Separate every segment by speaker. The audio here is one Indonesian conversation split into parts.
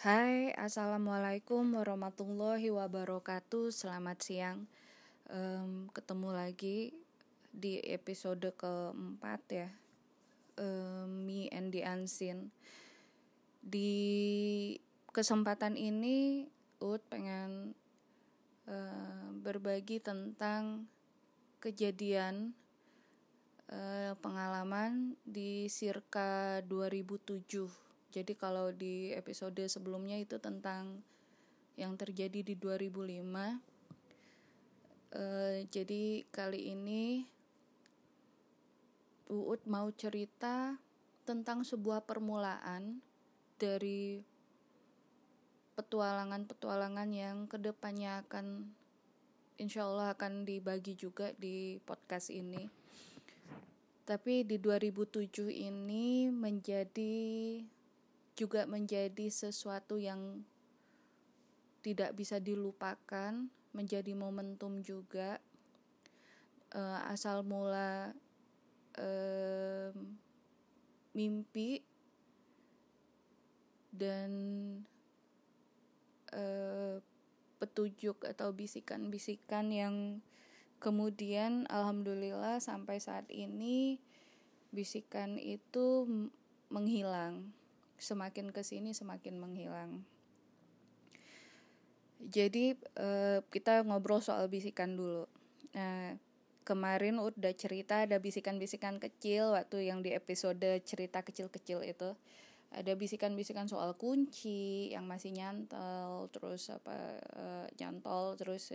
Speaker 1: Hai, assalamualaikum warahmatullahi wabarakatuh. Selamat siang. Ketemu lagi di episode keempat ya. Me and the Unseen. Di kesempatan ini, Ut pengen berbagi tentang kejadian pengalaman di circa 2007. Jadi kalau di episode sebelumnya itu tentang yang terjadi di 2005. Jadi kali ini Uut mau cerita tentang sebuah permulaan dari petualangan-petualangan yang kedepannya akan insya Allah akan dibagi juga di podcast ini. Tapi di 2007 ini menjadi sesuatu yang tidak bisa dilupakan, menjadi momentum juga. Asal mula mimpi dan petunjuk atau bisikan-bisikan yang kemudian alhamdulillah sampai saat ini bisikan itu menghilang. Semakin kesini semakin menghilang. Jadi kita ngobrol soal bisikan dulu. Nah, kemarin udah cerita ada bisikan-bisikan kecil waktu yang di episode cerita kecil-kecil itu. Ada bisikan-bisikan soal kunci yang masih nyantol, terus nyantol, terus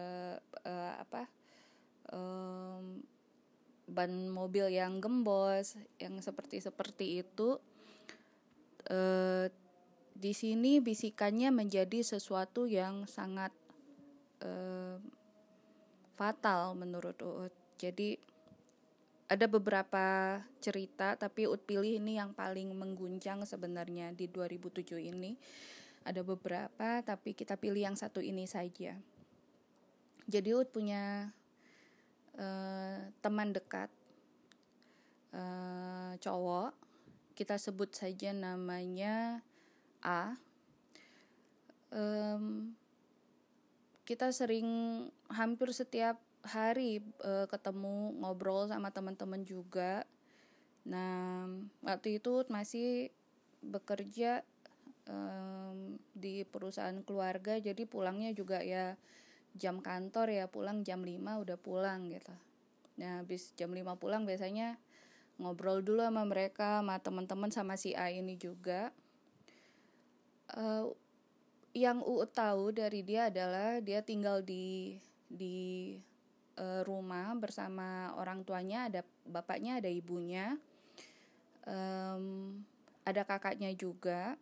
Speaker 1: ban mobil yang gembos, yang seperti itu. Di sini bisikannya menjadi sesuatu yang sangat fatal menurut Uut. Jadi ada beberapa cerita, tapi Uut pilih ini yang paling mengguncang sebenarnya di 2007 ini. Ada beberapa, tapi kita pilih yang satu ini saja. Jadi Uut punya teman dekat, cowok. Kita sebut saja namanya A. Kita sering hampir setiap hari ketemu, ngobrol sama teman-teman juga. Nah, waktu itu masih bekerja di perusahaan keluarga, jadi pulangnya juga ya jam kantor ya, pulang jam 5 udah pulang gitu. Nah, habis jam 5 pulang biasanya ngobrol dulu sama mereka, sama teman-teman, sama si A ini juga. Yang Uut tahu dari dia adalah dia tinggal di rumah bersama orang tuanya, ada bapaknya, ada ibunya, ada kakaknya juga.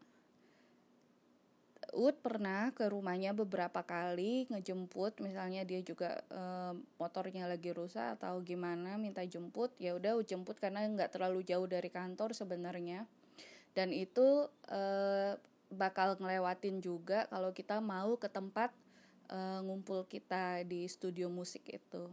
Speaker 1: Uut pernah ke rumahnya beberapa kali ngejemput, misalnya dia juga motornya lagi rusak atau gimana, minta jemput, ya udah Uut jemput karena nggak terlalu jauh dari kantor sebenarnya. Dan itu bakal ngelewatin juga kalau kita mau ke tempat ngumpul kita di studio musik itu.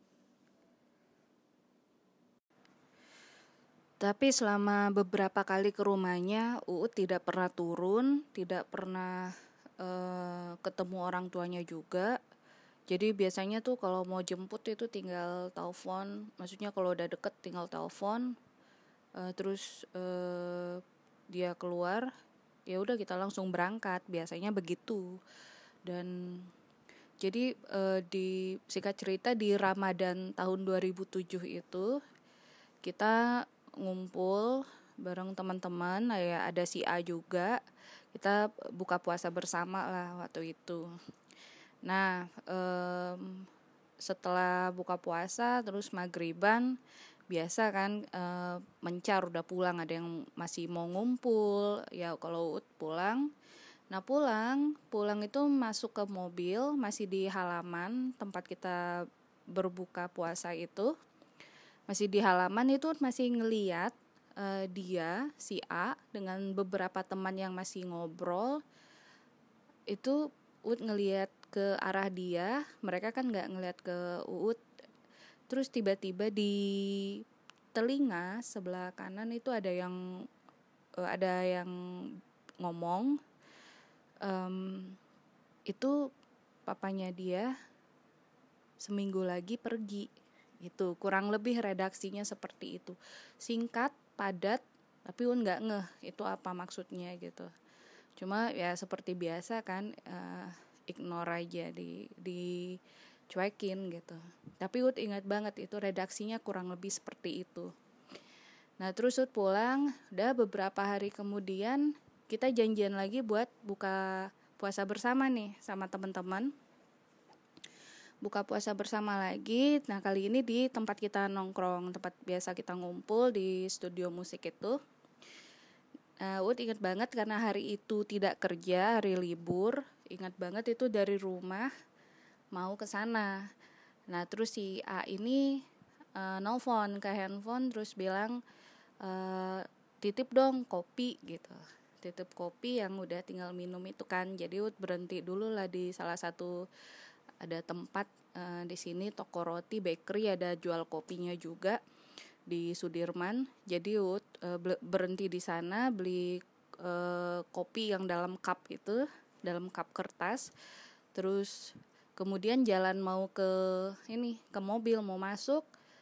Speaker 1: Tapi selama beberapa kali ke rumahnya, Uut tidak pernah turun, tidak pernah ketemu orang tuanya juga. Jadi biasanya tuh kalau mau jemput itu tinggal telepon, maksudnya kalau udah deket tinggal telepon, terus dia keluar, ya udah kita langsung berangkat, biasanya begitu. Dan jadi di singkat cerita di Ramadan tahun 2007 itu kita ngumpul bareng teman-teman, ya ada si A juga, kita buka puasa bersama lah waktu itu. Nah, setelah buka puasa terus maghriban, biasa kan mencar udah pulang, ada yang masih mau ngumpul, ya kalau pulang. Nah pulang itu masuk ke mobil, masih di halaman tempat kita berbuka puasa itu. Masih di halaman itu masih ngeliat dia, si A, dengan beberapa teman yang masih ngobrol. Itu Uut ngeliat ke arah dia, mereka kan gak ngeliat ke Uut. Terus tiba-tiba di telinga sebelah kanan itu ada yang ngomong. Itu papanya dia seminggu lagi pergi. Itu kurang lebih redaksinya seperti itu. Singkat, padat, tapi nggak ngeh itu apa maksudnya gitu. Cuma ya seperti biasa kan, ignore aja, dicuekin gitu. Tapi ingat banget itu redaksinya kurang lebih seperti itu. Nah terus pulang, udah beberapa hari kemudian kita janjian lagi buat buka puasa bersama nih sama teman-teman. Buka puasa bersama lagi. Nah kali ini di tempat kita nongkrong, tempat biasa kita ngumpul di studio musik itu. Ingat banget karena hari itu tidak kerja, hari libur. Ingat banget itu dari rumah mau ke sana. Nah terus si A ini nelfon ke handphone terus bilang, titip dong kopi gitu. Titip kopi yang udah tinggal minum itu kan. Jadi berhenti dulu lah di salah satu, ada tempat di sini toko roti bakery, ada jual kopinya juga di Sudirman. Jadi berhenti di sana beli kopi yang dalam cup itu, dalam cup kertas. Terus kemudian jalan mau ke mobil mau masuk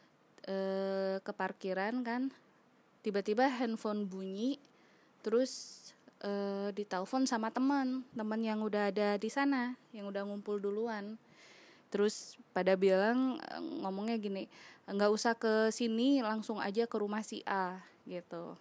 Speaker 1: ke parkiran kan. Tiba-tiba handphone bunyi, terus ditelepon sama teman yang udah ada di sana, yang udah ngumpul duluan. Terus pada bilang, ngomongnya gini, nggak usah ke sini, langsung aja ke rumah si A gitu.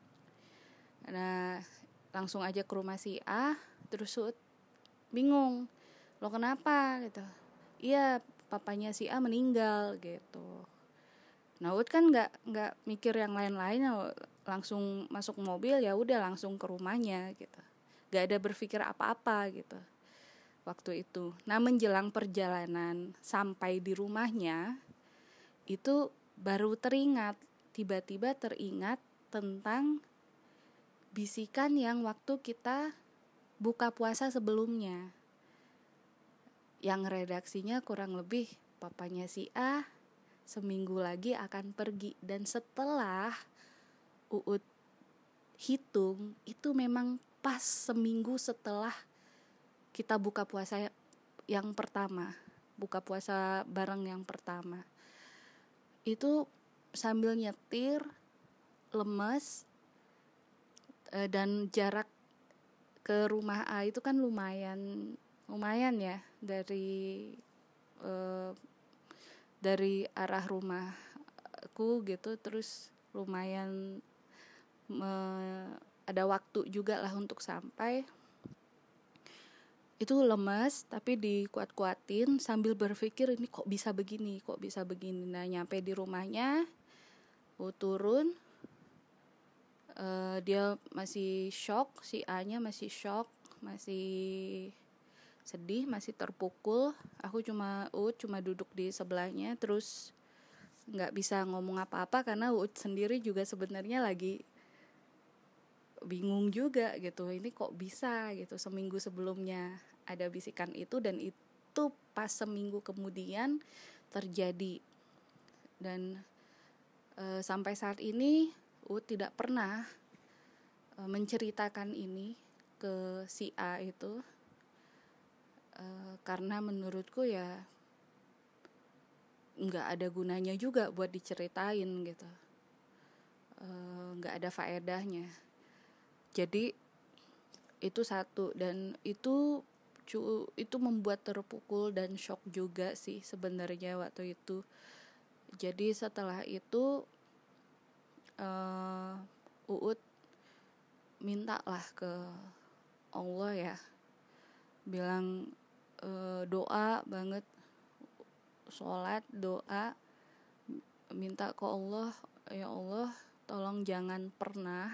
Speaker 1: Nah langsung aja ke rumah si A. Terus bingung, lo kenapa gitu. Iya papanya si A meninggal gitu. Nah kan nggak mikir yang lain-lain, langsung masuk mobil, ya udah langsung ke rumahnya gitu. Nggak ada berpikir apa-apa gitu waktu itu. Nah menjelang perjalanan sampai di rumahnya itu baru tiba-tiba teringat tentang bisikan yang waktu kita buka puasa sebelumnya, yang redaksinya kurang lebih papanya si A seminggu lagi akan pergi. Dan setelah Uut hitung, itu memang pas seminggu setelah kita buka puasa yang pertama, buka puasa bareng yang pertama. Itu sambil nyetir, lemes, dan jarak ke rumah A itu kan lumayan ya dari arah rumahku gitu. Terus lumayan ada waktu juga lah untuk sampai. Itu lemes tapi dikuat-kuatin sambil berpikir ini kok bisa begini. Nah nyampe di rumahnya, turun, dia masih shock, si A-nya masih shock, masih sedih, masih terpukul. Aku cuma duduk di sebelahnya, terus nggak bisa ngomong apa-apa karena sendiri juga sebenarnya lagi bingung juga gitu, ini kok bisa gitu. Seminggu sebelumnya ada bisikan itu, dan itu pas seminggu kemudian terjadi. Dan sampai saat ini tidak pernah menceritakan ini ke si A itu, karena menurutku ya nggak ada gunanya juga buat diceritain gitu, nggak ada faedahnya. Jadi itu satu, dan itu membuat terpukul dan shock juga sih sebenarnya waktu itu. Jadi setelah itu Uut minta lah ke Allah ya, bilang doa banget, sholat, doa, minta ke Allah, ya Allah tolong jangan pernah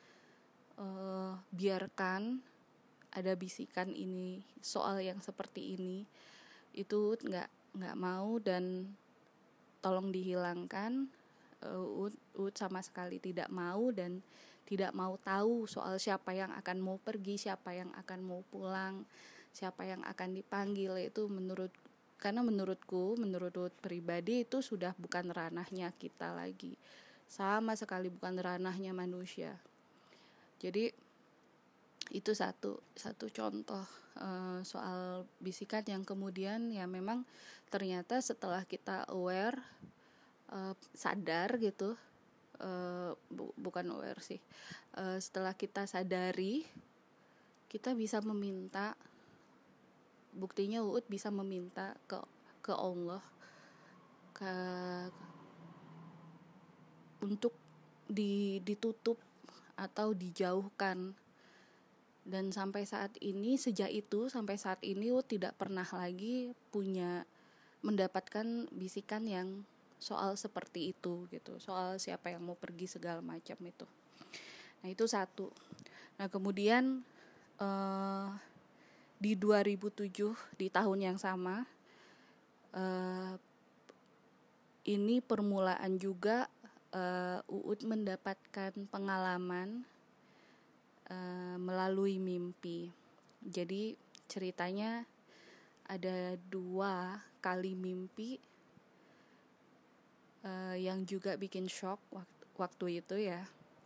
Speaker 1: biarkan ada bisikan ini, soal yang seperti ini. Itu nggak mau, dan tolong dihilangkan. Ut sama sekali tidak mau, dan tidak mau tahu soal siapa yang akan mau pergi, siapa yang akan mau pulang, siapa yang akan dipanggil. Itu karena menurutku, menurut Ut pribadi, itu sudah bukan ranahnya kita lagi, sama sekali bukan ranahnya manusia. Jadi Itu satu contoh soal bisikan yang kemudian ya memang ternyata setelah kita aware, sadar gitu, bukan aware sih, setelah kita sadari, kita bisa meminta. Buktinya Uut bisa meminta ke Allah ke untuk ditutup atau dijauhkan. Dan sampai saat ini, sampai saat ini Uut tidak pernah lagi mendapatkan bisikan yang soal seperti itu gitu, soal siapa yang mau pergi segala macam itu. Nah itu satu. Nah kemudian di 2007, di tahun yang sama, ini permulaan juga Uut mendapatkan pengalaman melalui mimpi. Jadi ceritanya ada 2 kali mimpi yang juga bikin shock waktu itu ya,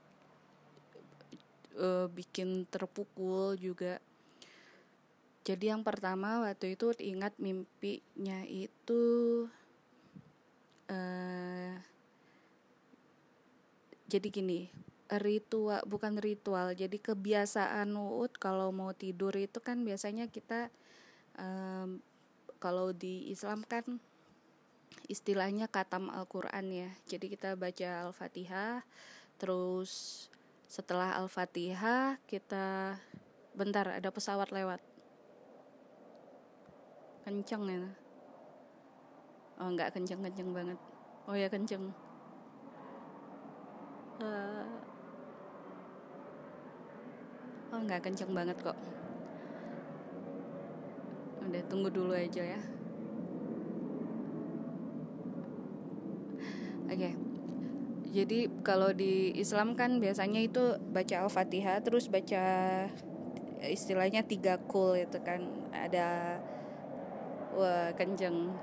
Speaker 1: bikin terpukul juga. Jadi yang pertama waktu itu ingat mimpinya itu jadi gini, bukan ritual, jadi kebiasaan Uut kalau mau tidur itu kan biasanya kita kalau di Islam kan istilahnya khatam Al-Quran ya. Jadi kita baca Al-Fatihah, terus setelah Al-Fatihah kita, bentar ada pesawat lewat, kenceng ya. Oh enggak kenceng banget, oh ya kenceng. Oh enggak kenceng banget kok. Udah tunggu dulu aja ya. Oke. Jadi kalau di Islam kan biasanya itu baca Al-Fatihah, terus baca istilahnya 3 qul itu kan. Ada, wah kenceng.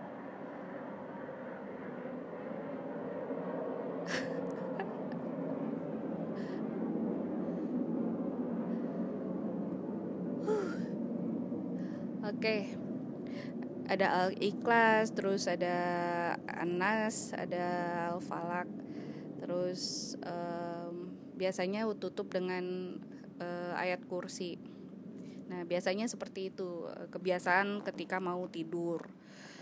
Speaker 1: Oke. Ada Al-Ikhlas, terus ada An-Nas, ada Al-Falaq. Terus biasanya tutup dengan ayat kursi. Nah biasanya seperti itu kebiasaan ketika mau tidur.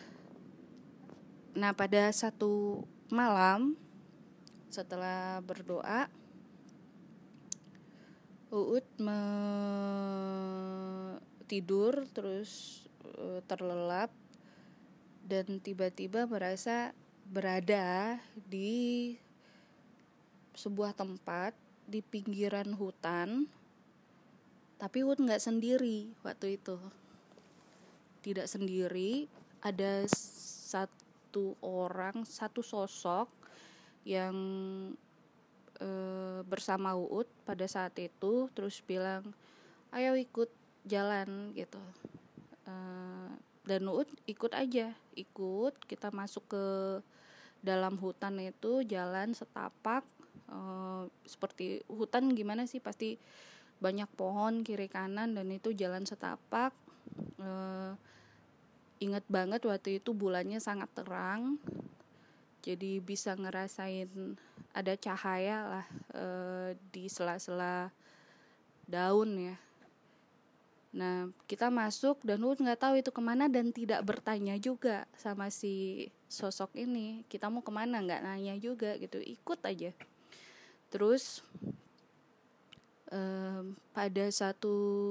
Speaker 1: Nah pada satu malam setelah berdoa, Uut tidur terus terlelap dan tiba-tiba merasa berada di sebuah tempat di pinggiran hutan, tapi Uut nggak sendiri waktu itu, tidak sendiri, ada satu sosok yang bersama Uut pada saat itu, terus bilang ayo ikut jalan gitu. Dan Uut ikut kita masuk ke dalam hutan itu, jalan setapak, seperti hutan gimana sih, pasti banyak pohon kiri kanan, dan itu jalan setapak. Ingat banget waktu itu bulannya sangat terang, jadi bisa ngerasain ada cahaya lah di sela-sela daun ya. Nah kita masuk dan Uut nggak tahu itu kemana dan tidak bertanya juga sama si sosok ini, kita mau kemana nggak nanya juga gitu, ikut aja. Terus pada satu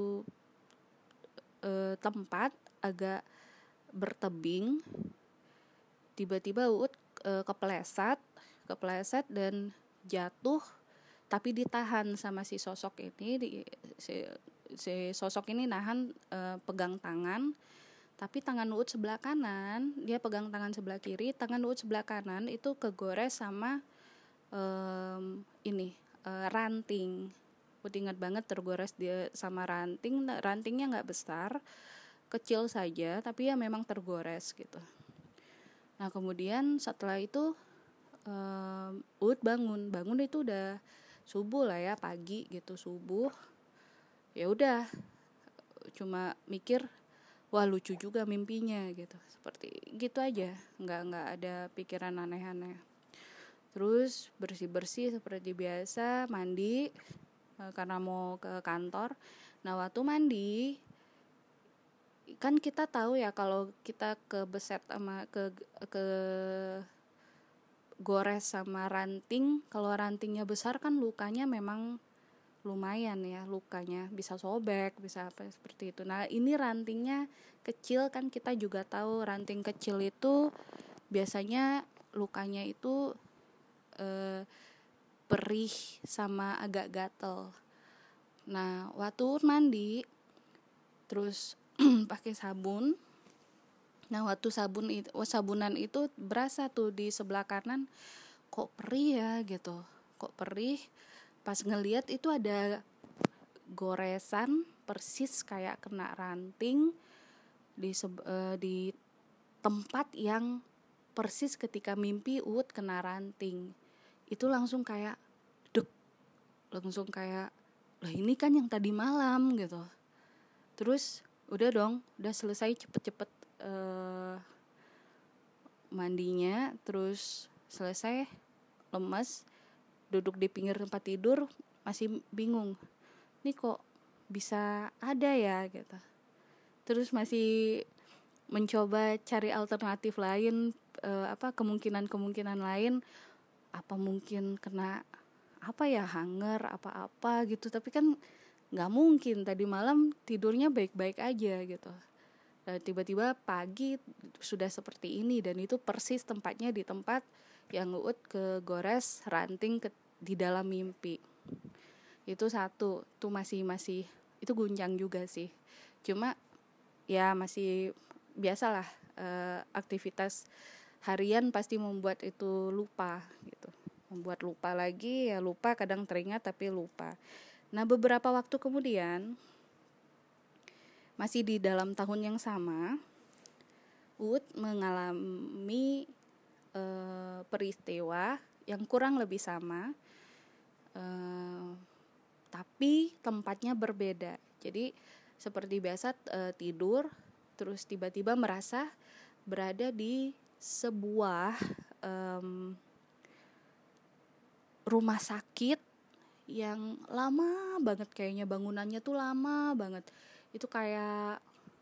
Speaker 1: tempat agak bertebing, tiba-tiba Uut kepleset dan jatuh, tapi ditahan sama si sosok ini. Si sosok ini nahan, pegang tangan, tapi tangan Uut sebelah kanan, dia pegang tangan sebelah kiri, tangan Uut sebelah kanan itu kegores sama ranting. Uut ingat banget tergores dia sama ranting. Rantingnya nggak besar, kecil saja, tapi ya memang tergores gitu. Nah kemudian setelah itu Uut bangun itu udah subuh lah ya, pagi gitu, subuh. ya udah cuma mikir wah lucu juga mimpinya gitu, seperti gitu aja, nggak ada pikiran aneh-aneh. Terus bersih-bersih seperti biasa, mandi karena mau ke kantor. Nah waktu mandi kan kita tahu ya kalau kita kebeset sama ke gores sama ranting, kalau rantingnya besar kan lukanya memang lumayan ya, lukanya bisa sobek, bisa apa seperti itu. Nah ini rantingnya kecil, kan kita juga tahu ranting kecil itu biasanya lukanya itu perih sama agak gatel. Nah waktu mandi terus pakai sabun. Nah waktu sabunan itu berasa tuh di sebelah kanan kok perih ya gitu, kok perih. Pas ngeliat itu ada goresan persis kayak kena ranting di tempat yang persis ketika mimpi kena ranting. Itu langsung kayak duk, langsung kayak lah ini kan yang tadi malam gitu. Terus udah selesai cepet-cepet mandinya, terus selesai lemes, duduk di pinggir tempat tidur masih bingung, ini kok bisa ada ya gitu. Terus masih mencoba cari alternatif lain, kemungkinan lain, apa mungkin kena apa ya, hanger apa gitu, tapi kan nggak mungkin, tadi malam tidurnya baik-baik aja gitu. Dan tiba-tiba pagi sudah seperti ini, dan itu persis tempatnya di tempat yang ke gores ranting di dalam mimpi. Itu satu, tuh masih itu guncang juga sih. Cuma ya masih biasalah, aktivitas harian pasti membuat itu lupa gitu. Membuat lupa lagi, ya lupa, kadang teringat tapi lupa. Nah beberapa waktu kemudian, masih di dalam tahun yang sama, mengalami peristiwa yang kurang lebih sama, tapi tempatnya berbeda. Jadi seperti biasa tidur, terus tiba-tiba merasa berada di sebuah rumah sakit yang lama banget, kayaknya bangunannya tuh lama banget. Itu kayak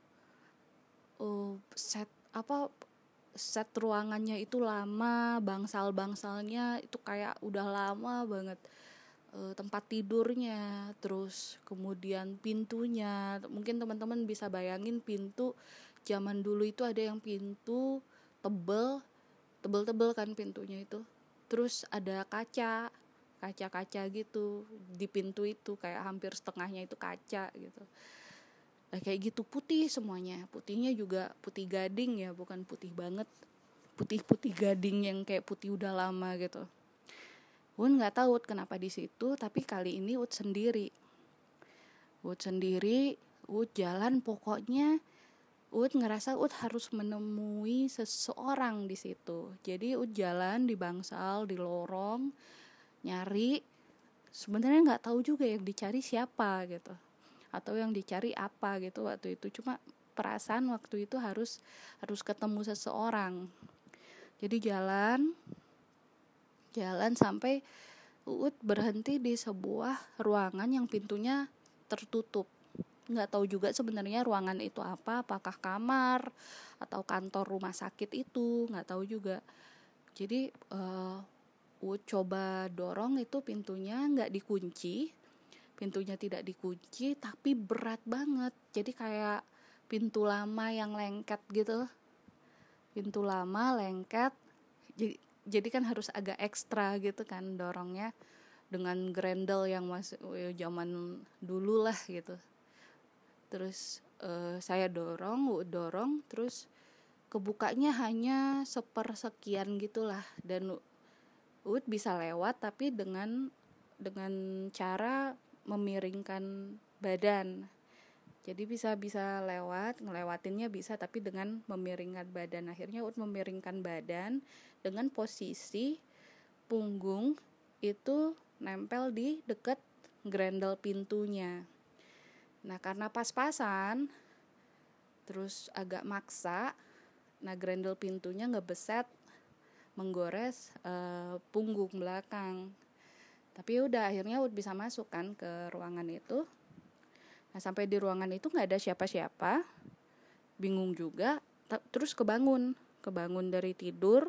Speaker 1: set ruangannya itu lama, bangsal-bangsalnya itu kayak udah lama banget. Tempat tidurnya, terus kemudian pintunya, mungkin teman-teman bisa bayangin pintu zaman dulu itu ada yang pintu tebel kan pintunya itu, terus ada kaca gitu di pintu itu, kayak hampir setengahnya itu kaca gitu. Nah, kayak gitu, putih semuanya, putihnya juga putih gading ya, bukan putih banget, putih gading yang kayak putih udah lama gitu. Nggak tahu kenapa di situ, tapi kali ini sendiri, jalan, pokoknya ngerasa harus menemui seseorang di situ. Jadi jalan di bangsal, di lorong, nyari, sebenarnya nggak tahu juga yang dicari siapa gitu, atau yang dicari apa gitu waktu itu. Cuma perasaan waktu itu harus ketemu seseorang. Jadi jalan sampai berhenti di sebuah ruangan yang pintunya tertutup. Nggak tahu juga sebenarnya ruangan itu apakah kamar atau kantor rumah sakit itu, nggak tahu juga. Jadi coba dorong itu pintunya, nggak dikunci, pintunya tidak dikunci, tapi berat banget. Jadi kayak pintu lama yang lengket gitu, pintu lama lengket, jadi kan harus agak ekstra gitu kan dorongnya, dengan grendel yang masih zaman dulu lah gitu. Terus saya dorong, terus kebukanya hanya sepersekian gitulah, dan bisa lewat, tapi dengan cara memiringkan badan. Jadi bisa ngelewatinnya bisa, tapi dengan memiringkan badan. Akhirnya memiringkan badan dengan posisi punggung itu nempel di dekat grendel pintunya. Nah karena pas-pasan, terus agak maksa, nah grendel pintunya ngebeset, menggores punggung belakang. Tapi udah akhirnya Ut bisa masuk kan ke ruangan itu. Nah sampai di ruangan itu gak ada siapa-siapa, bingung juga, terus kebangun dari tidur,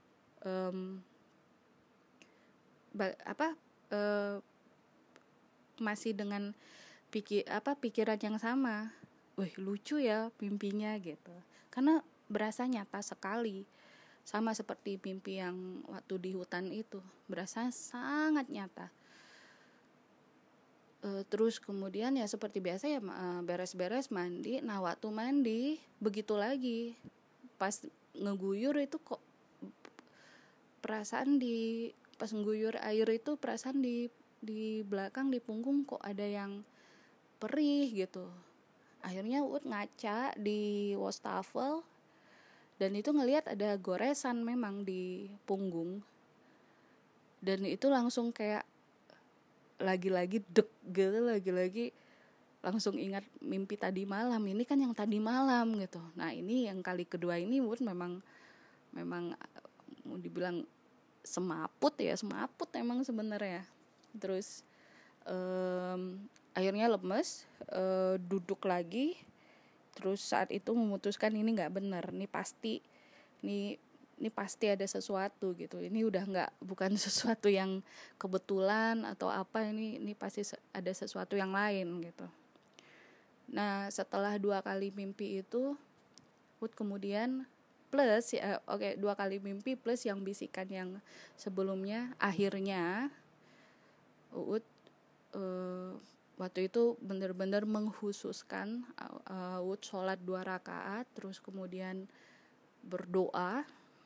Speaker 1: masih dengan pikiran yang sama. Wih lucu ya mimpinya gitu, karena berasa nyata sekali, sama seperti mimpi yang waktu di hutan itu, berasa sangat nyata. Terus kemudian ya seperti biasa ya, beres-beres mandi. Nah waktu mandi begitu lagi, pas ngeguyur itu kok perasaan pas mengguyur air itu perasaan di belakang, di punggung kok ada yang perih gitu. Akhirnya Ut ngaca di wastafel dan itu ngelihat ada goresan memang di punggung. Dan itu langsung kayak lagi-lagi deg gitu, lagi-lagi langsung ingat mimpi tadi malam. Ini kan yang tadi malam gitu. Nah ini yang kali kedua ini Ut memang mau dibilang semaput emang sebenarnya. Terus akhirnya lemes, duduk lagi. Terus saat itu memutuskan ini nggak benar, ini pasti ada sesuatu gitu. Ini udah bukan sesuatu yang kebetulan atau apa, ini pasti ada sesuatu yang lain gitu. Nah setelah 2 kali mimpi itu, Ut kemudian plus 2 kali mimpi plus yang bisikan yang sebelumnya, akhirnya Ut waktu itu benar-benar menghususkan Ut sholat 2 rakaat, terus kemudian berdoa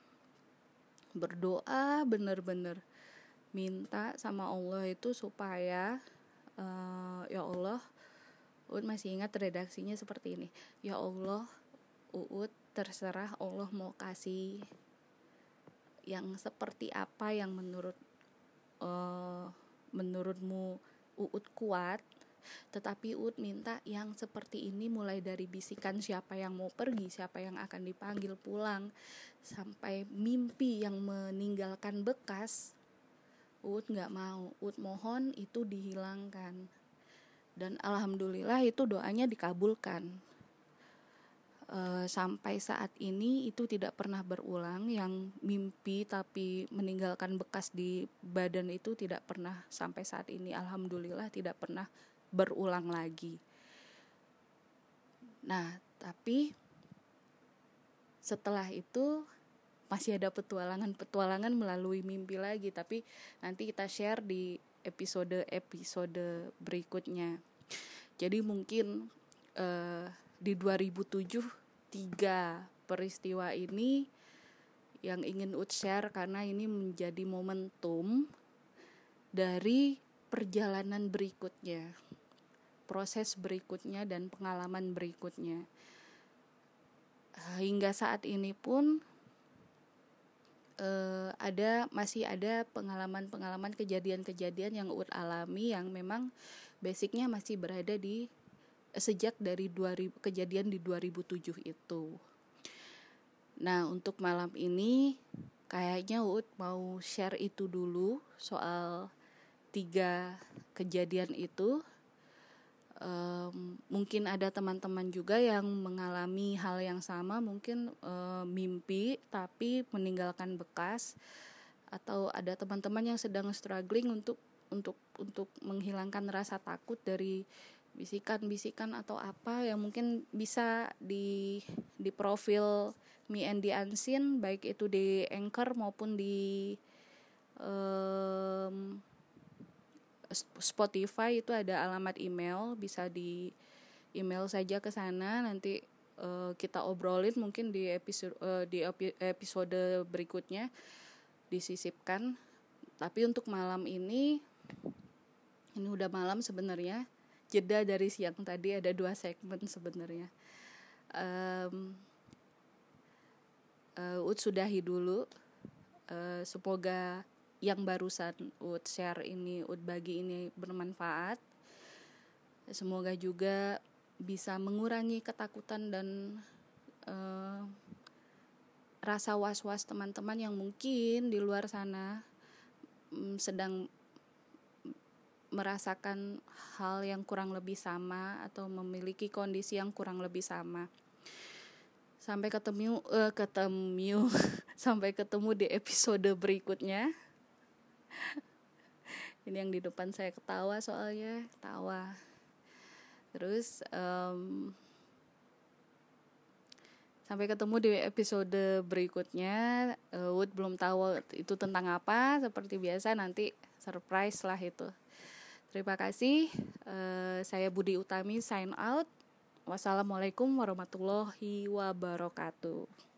Speaker 1: benar-benar minta sama Allah itu supaya ya Allah, Ut masih ingat redaksinya seperti ini. Ya Allah, Ut terserah Allah mau kasih yang seperti apa yang menurutmu Ut kuat, tetapi Ut minta yang seperti ini, mulai dari bisikan siapa yang mau pergi, siapa yang akan dipanggil pulang, sampai mimpi yang meninggalkan bekas. Ut gak mau, Ut mohon itu dihilangkan. Dan alhamdulillah itu doanya dikabulkan. Sampai saat ini itu tidak pernah berulang, yang mimpi tapi meninggalkan bekas di badan itu tidak pernah, sampai saat ini alhamdulillah tidak pernah berulang lagi. Nah tapi setelah itu masih ada petualangan melalui mimpi lagi, tapi nanti kita share di episode berikutnya. Jadi mungkin di 2007 3 peristiwa ini yang ingin Ut share, karena ini menjadi momentum dari perjalanan berikutnya, proses berikutnya dan pengalaman berikutnya. Hingga saat ini pun masih ada pengalaman kejadian yang Ut alami yang memang basicnya masih berada di sejak dari kejadian di 2007 itu. Nah untuk malam ini kayaknya Ut mau share itu dulu, soal 3 kejadian itu. Mungkin ada teman-teman juga yang mengalami hal yang sama, mungkin mimpi tapi meninggalkan bekas, atau ada teman-teman yang sedang struggling untuk menghilangkan rasa takut dari bisikan-bisikan atau apa, yang mungkin bisa di profil Me and the Unseen, baik itu di Anchor maupun di Spotify. Itu ada alamat email, bisa di email saja ke sana, nanti kita obrolin mungkin di episode berikutnya disisipkan. Tapi untuk malam ini udah malam sebenarnya, jeda dari siang tadi ada 2 segmen sebenarnya. Ut sudahi dulu. Semoga yang barusan Ut share ini, Ut bagi ini bermanfaat. Semoga juga bisa mengurangi ketakutan dan rasa was-was teman-teman yang mungkin di luar sana sedang merasakan hal yang kurang lebih sama atau memiliki kondisi yang kurang lebih sama. Sampai ketemu sampai ketemu di episode berikutnya. Ini yang di depan saya ketawa soalnya, ketawa. Terus sampai ketemu di episode berikutnya. Wood belum tahu itu tentang apa. Seperti biasa nanti surprise lah itu. Terima kasih. Saya Budi Utami sign out. Wassalamualaikum warahmatullahi wabarakatuh.